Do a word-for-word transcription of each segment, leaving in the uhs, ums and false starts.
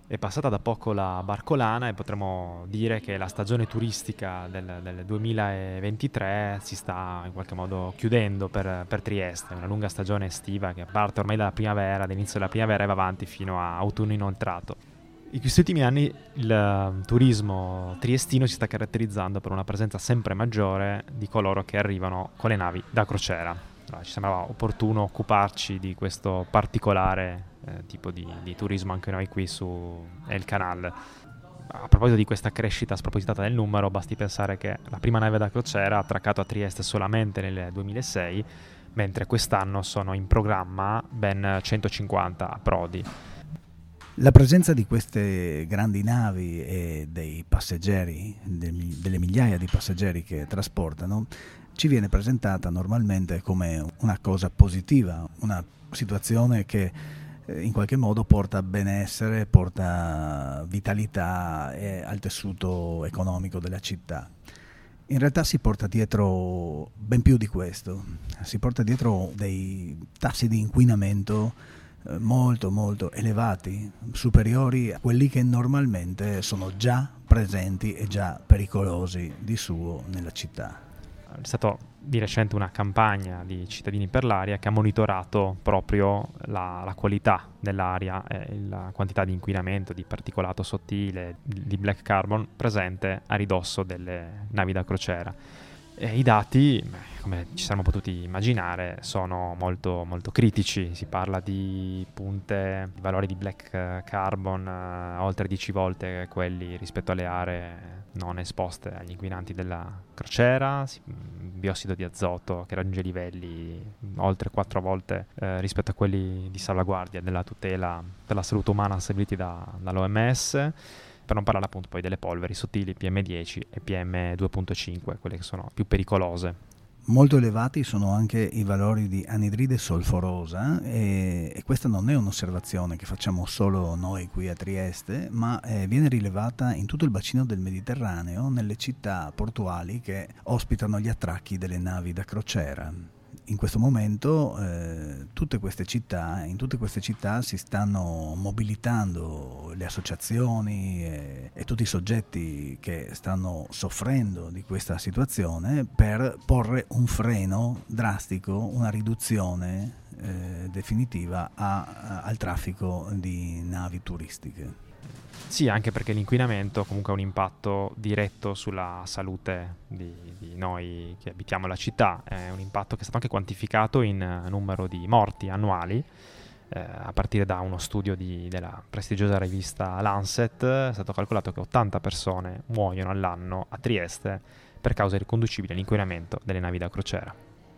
È passata da poco la Barcolana e potremmo dire che la stagione turistica del, del duemilaventitré si sta in qualche modo chiudendo per, per Trieste. Una lunga stagione estiva che parte ormai dalla primavera, dall'inizio della primavera e va avanti fino a autunno inoltrato. In questi ultimi anni il turismo triestino si sta caratterizzando per una presenza sempre maggiore di coloro che arrivano con le navi da crociera. Allora, ci sembrava opportuno occuparci di questo particolare eh, tipo di, di turismo anche noi qui su El Canal. A proposito di questa crescita spropositata del numero, basti pensare che la prima nave da crociera ha attraccato a Trieste solamente nel duemilasei, mentre quest'anno sono in programma ben centocinquanta approdi. La presenza di queste grandi navi e dei passeggeri, delle migliaia di passeggeri che trasportano, ci viene presentata normalmente come una cosa positiva, una situazione che in qualche modo porta benessere, porta vitalità al tessuto economico della città. In realtà si porta dietro ben più di questo, si porta dietro dei tassi di inquinamento molto molto elevati, superiori a quelli che normalmente sono già presenti e già pericolosi di suo nella città. È stata di recente una campagna di Cittadini per l'Aria che ha monitorato proprio la, la qualità dell'aria e la quantità di inquinamento, di particolato sottile, di black carbon presente a ridosso delle navi da crociera. E i dati, come ci saremmo potuti immaginare, sono molto, molto critici. Si parla di punte, di valori di black carbon eh, oltre dieci volte quelli rispetto alle aree non esposte agli inquinanti della crociera, si, biossido di azoto che raggiunge livelli oltre quattro volte eh, rispetto a quelli di salvaguardia della tutela per la salute umana stabiliti da, dall'O M S. Per non parlare appunto poi delle polveri sottili P M dieci e P M due virgola cinque, quelle che sono più pericolose. Molto elevati sono anche i valori di anidride solforosa e, e questa non è un'osservazione che facciamo solo noi qui a Trieste, ma eh, viene rilevata in tutto il bacino del Mediterraneo, nelle città portuali che ospitano gli attracchi delle navi da crociera. In questo momento eh, tutte queste città, in tutte queste città si stanno mobilitando le associazioni e, e tutti i soggetti che stanno soffrendo di questa situazione per porre un freno drastico, una riduzione eh, definitiva a, a, al traffico di navi turistiche. Sì, anche perché l'inquinamento comunque ha un impatto diretto sulla salute di, di noi che abitiamo la città, è un impatto che è stato anche quantificato in numero di morti annuali, eh, a partire da uno studio di, della prestigiosa rivista Lancet. È stato calcolato che ottanta persone muoiono all'anno a Trieste per cause riconducibili all'inquinamento delle navi da crociera.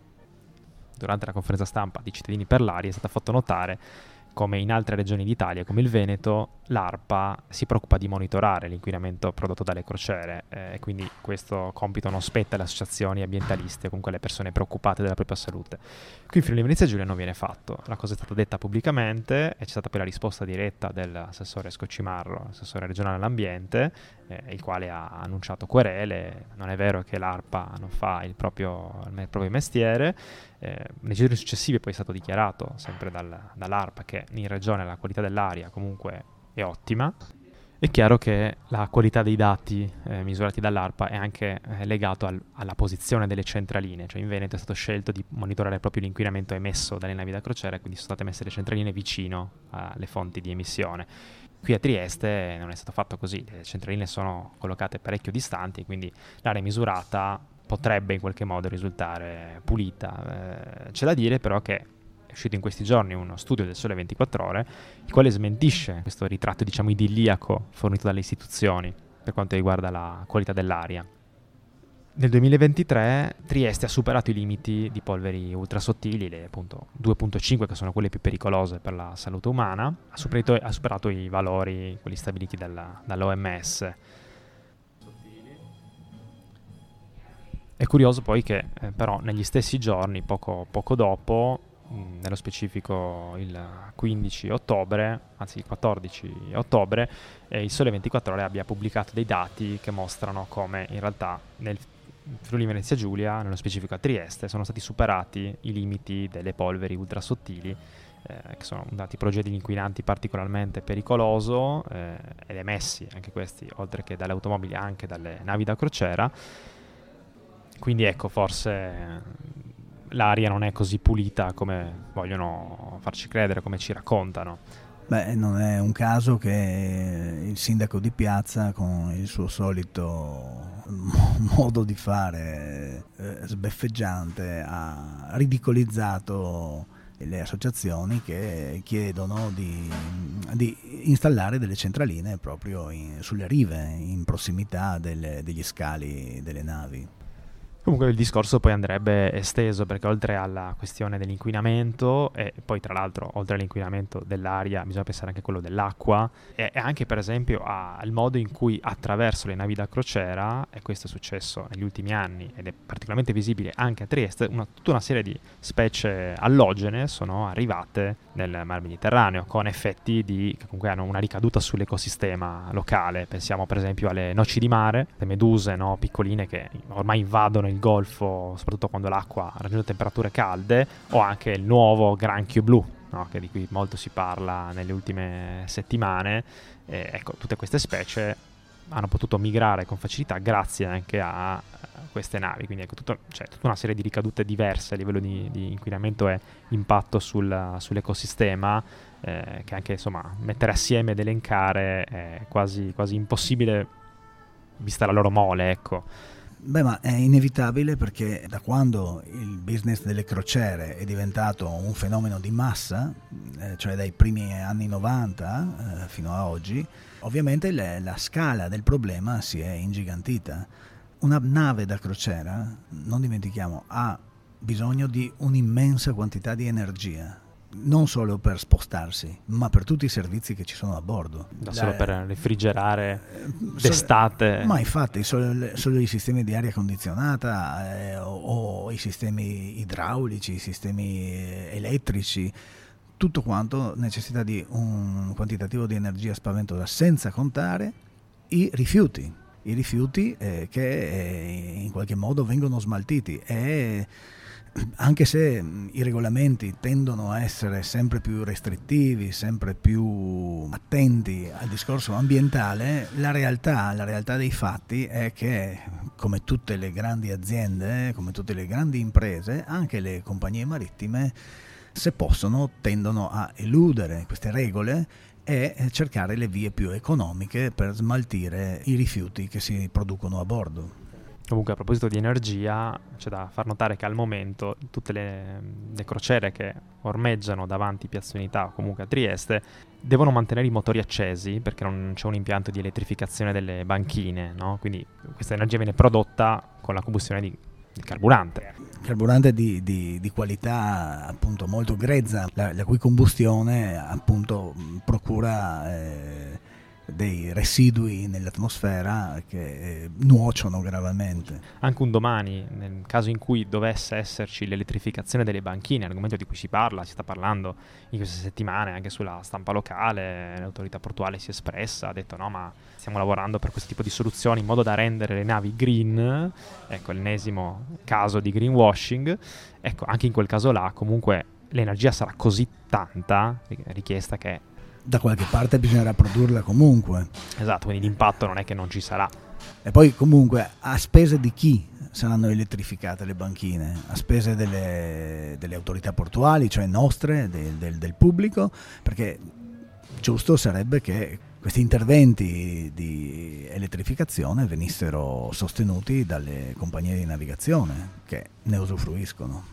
Durante la conferenza stampa di Cittadini per l'Aria è stato fatto notare come in altre regioni d'Italia, come il Veneto, l'ARPA si preoccupa di monitorare l'inquinamento prodotto dalle crociere e eh, quindi questo compito non spetta alle associazioni ambientaliste o comunque alle persone preoccupate della propria salute. Qui in Friuli Venezia Giulia non viene fatto, la cosa è stata detta pubblicamente e c'è stata poi la risposta diretta dell'assessore Scocimarro, assessore regionale all'ambiente, eh, il quale ha annunciato querele. Non è vero che l'ARPA non fa il proprio, il proprio mestiere. Eh, nei giorni successivi poi è stato dichiarato sempre dal, dall'ARPA che in regione la qualità dell'aria comunque è ottima. È chiaro che la qualità dei dati eh, misurati dall'ARPA è anche eh, legato al, alla posizione delle centraline, cioè in Veneto è stato scelto di monitorare proprio l'inquinamento emesso dalle navi da crociera, quindi sono state messe le centraline vicino alle fonti di emissione. Qui a Trieste non è stato fatto così, le centraline sono collocate parecchio distanti, quindi l'area misurata potrebbe in qualche modo risultare pulita. Eh, c'è da dire però che è uscito in questi giorni uno studio del Sole ventiquattro Ore, il quale smentisce questo ritratto, diciamo, idilliaco fornito dalle istituzioni per quanto riguarda la qualità dell'aria. Nel duemilaventitré Trieste ha superato i limiti di polveri ultrasottili, le appunto due virgola cinque, che sono quelle più pericolose per la salute umana, ha superato, ha superato i valori, quelli stabiliti dalla, dall'O M S. È curioso poi che eh, però negli stessi giorni, poco, poco dopo, mh, nello specifico il quindici ottobre, anzi il quattordici ottobre, eh, il Sole ventiquattro Ore abbia pubblicato dei dati che mostrano come in realtà nel Friuli Venezia Giulia, nello specifico a Trieste, sono stati superati i limiti delle polveri ultrasottili eh, che sono una tipologia di inquinanti particolarmente pericoloso, eh, ed emessi anche questi, oltre che dalle automobili, anche dalle navi da crociera. Quindi ecco, forse l'aria non è così pulita come vogliono farci credere, come ci raccontano. Beh, non è un caso che il sindaco di piazza, con il suo solito modo di fare eh, sbeffeggiante, ha ridicolizzato le associazioni che chiedono di, di installare delle centraline proprio in, sulle rive, in prossimità delle, degli scali delle navi. Comunque il discorso poi andrebbe esteso, perché oltre alla questione dell'inquinamento, e poi tra l'altro oltre all'inquinamento dell'aria bisogna pensare anche a quello dell'acqua, e, e anche per esempio al modo in cui attraverso le navi da crociera, e questo è successo negli ultimi anni ed è particolarmente visibile anche a Trieste, una, tutta una serie di specie allogene sono arrivate nel Mar Mediterraneo con effetti di, che comunque hanno una ricaduta sull'ecosistema locale. Pensiamo per esempio alle noci di mare, le meduse, no, piccoline che ormai invadono il golfo, soprattutto quando l'acqua raggiunge temperature calde, o anche il nuovo granchio blu, no, che di cui molto si parla nelle ultime settimane. Eh, ecco, tutte queste specie hanno potuto migrare con facilità grazie anche a queste navi, quindi ecco, tutto, cioè, tutta una serie di ricadute diverse a livello di, di inquinamento e impatto sul, sull'ecosistema, eh, che anche insomma mettere assieme ed elencare è quasi, quasi impossibile vista la loro mole, ecco. Beh, ma è inevitabile, perché da quando il business delle crociere è diventato un fenomeno di massa, eh, cioè dai primi anni novanta eh, fino a oggi, ovviamente le, la scala del problema si è ingigantita. Una nave da crociera, non dimentichiamo, ha bisogno di un'immensa quantità di energia, non solo per spostarsi, ma per tutti i servizi che ci sono a bordo. Da solo La, per refrigerare d'estate. Solo, ma infatti solo, solo i sistemi di aria condizionata eh, o, o i sistemi idraulici, i sistemi elettrici, tutto quanto necessita di un quantitativo di energia spaventosa, senza contare i rifiuti. I rifiuti eh, che eh, in qualche modo vengono smaltiti, e anche se i regolamenti tendono a essere sempre più restrittivi, sempre più attenti al discorso ambientale, la realtà, la realtà dei fatti è che, come tutte le grandi aziende, come tutte le grandi imprese, anche le compagnie marittime, se possono, tendono a eludere queste regole e cercare le vie più economiche per smaltire i rifiuti che si producono a bordo. Comunque, a proposito di energia, c'è da far notare che al momento tutte le, le crociere che ormeggiano davanti Piazza Unità o comunque a Trieste devono mantenere i motori accesi, perché non c'è un impianto di elettrificazione delle banchine, no? Quindi questa energia viene prodotta con la combustione di, di carburante. Carburante di, di, di qualità appunto molto grezza, la, la cui combustione appunto procura eh, dei residui nell'atmosfera che nuociono gravemente. Anche un domani, nel caso in cui dovesse esserci l'elettrificazione delle banchine, argomento di cui si parla, si sta parlando in queste settimane anche sulla stampa locale, l'autorità portuale si è espressa, ha detto no, ma stiamo lavorando per questo tipo di soluzioni in modo da rendere le navi green, ecco l'ennesimo caso di greenwashing. Ecco, anche in quel caso là comunque l'energia sarà così tanta richiesta che da qualche parte bisognerà produrla comunque. Esatto, quindi l'impatto non è che non ci sarà. E poi comunque a spese di chi saranno elettrificate le banchine? A spese delle, delle autorità portuali, cioè nostre, del, del, del pubblico, perché giusto sarebbe che questi interventi di elettrificazione venissero sostenuti dalle compagnie di navigazione che ne usufruiscono.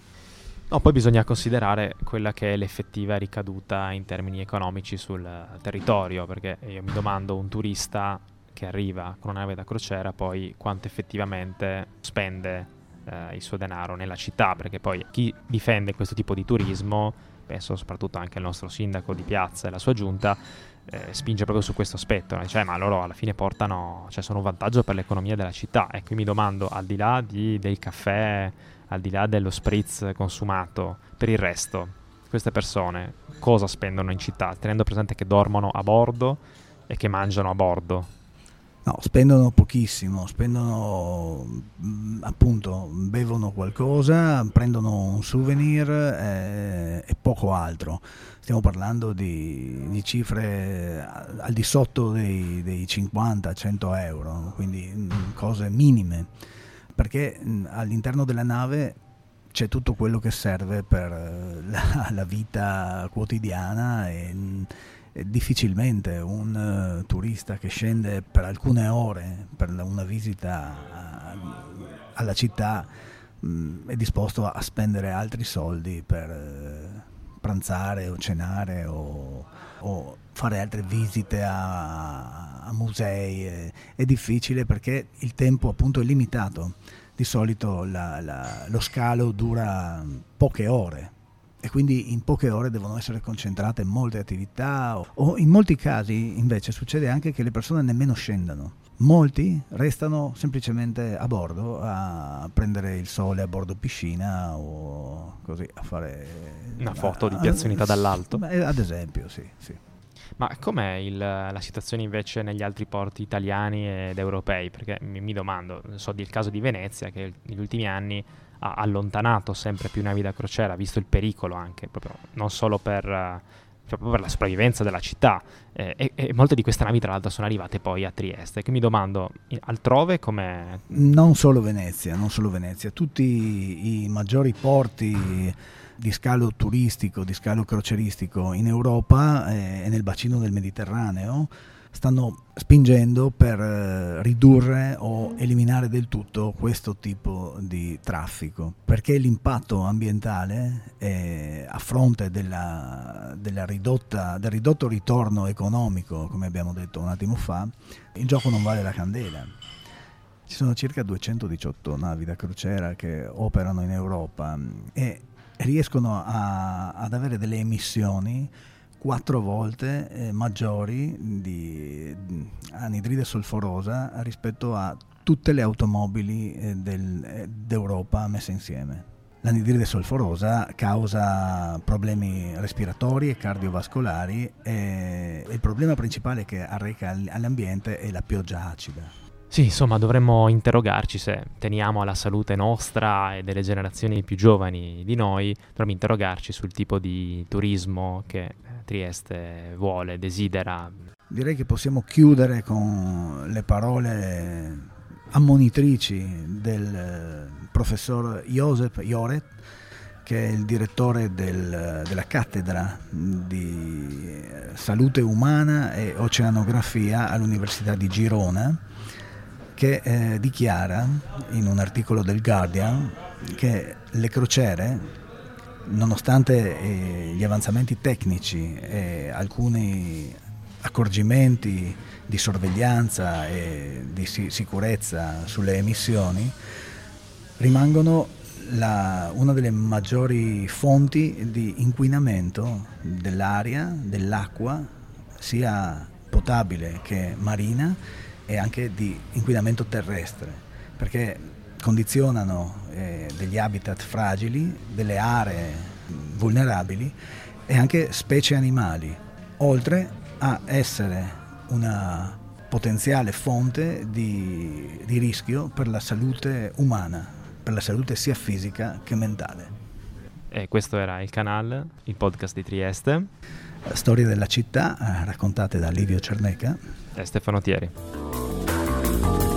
No, poi bisogna considerare quella che è l'effettiva ricaduta in termini economici sul territorio, perché io mi domando, un turista che arriva con una nave da crociera poi quanto effettivamente spende eh, il suo denaro nella città, perché poi chi difende questo tipo di turismo, penso soprattutto anche il nostro sindaco di piazza e la sua giunta, eh, spinge proprio su questo aspetto, no? Cioè, ma loro alla fine portano, cioè sono un vantaggio per l'economia della città. E qui mi domando, al di là di, del caffè, al di là dello spritz consumato, per il resto queste persone cosa spendono in città, tenendo presente che dormono a bordo e che mangiano a bordo? No, spendono pochissimo, spendono mh, appunto, bevono qualcosa, prendono un souvenir eh, e poco altro. Stiamo parlando di, di cifre al di sotto dei, dei cinquanta cento euro, quindi mh, cose minime, perché mh, all'interno della nave c'è tutto quello che serve per la, la vita quotidiana e mh, difficilmente un uh, turista che scende per alcune ore per la, una visita a, alla città mh, è disposto a, a spendere altri soldi per uh, pranzare o cenare o, o fare altre visite a, a musei. È, è difficile perché il tempo appunto è limitato. Di solito la, la, lo scalo dura poche ore e quindi in poche ore devono essere concentrate molte attività o, o in molti casi invece succede anche che le persone nemmeno scendano. Molti restano semplicemente a bordo a prendere il sole a bordo piscina o così a fare una foto di Piazza Unità dall'alto. Ad esempio, sì, sì. Ma com'è il, la situazione invece negli altri porti italiani ed europei? Perché mi, mi domando, so del caso di Venezia che negli ultimi anni ha allontanato sempre più navi da crociera, visto il pericolo anche, proprio non solo per, proprio per la sopravvivenza della città, eh, e, e molte di queste navi tra l'altro sono arrivate poi a Trieste, che mi domando, altrove com'è? Non solo Venezia, non solo Venezia, tutti i maggiori porti di scalo turistico, di scalo croceristico in Europa eh, e nel bacino del Mediterraneo stanno spingendo per eh, ridurre o eliminare del tutto questo tipo di traffico, perché l'impatto ambientale eh, a fronte della, della ridotta, del ridotto ritorno economico, come abbiamo detto un attimo fa, il gioco non vale la candela. Ci sono circa duecentodiciotto navi da crociera che operano in Europa e riescono a, ad avere delle emissioni quattro volte eh, maggiori di, di anidride solforosa rispetto a tutte le automobili eh, del, eh, d'Europa messe insieme. L'anidride solforosa causa problemi respiratori e cardiovascolari e il problema principale che arreca all'ambiente è la pioggia acida. Sì, insomma, dovremmo interrogarci se teniamo alla salute nostra e delle generazioni più giovani di noi, dovremmo interrogarci sul tipo di turismo che Trieste vuole, desidera. Direi che possiamo chiudere con le parole ammonitrici del professor Josep Lloret, che è il direttore del, della cattedra di salute umana e oceanografia all'Università di Girona, che eh, dichiara in un articolo del Guardian che le crociere, nonostante eh, gli avanzamenti tecnici e alcuni accorgimenti di sorveglianza e di si- sicurezza sulle emissioni, rimangono la, una delle maggiori fonti di inquinamento dell'aria, dell'acqua, sia potabile che marina, e anche di inquinamento terrestre, perché condizionano eh, degli habitat fragili, delle aree vulnerabili e anche specie animali, oltre a essere una potenziale fonte di, di rischio per la salute umana, per la salute sia fisica che mentale. E questo era il canale, il podcast di Trieste. Storie della città, raccontate da Livio Cerneca e Stefano Thieri.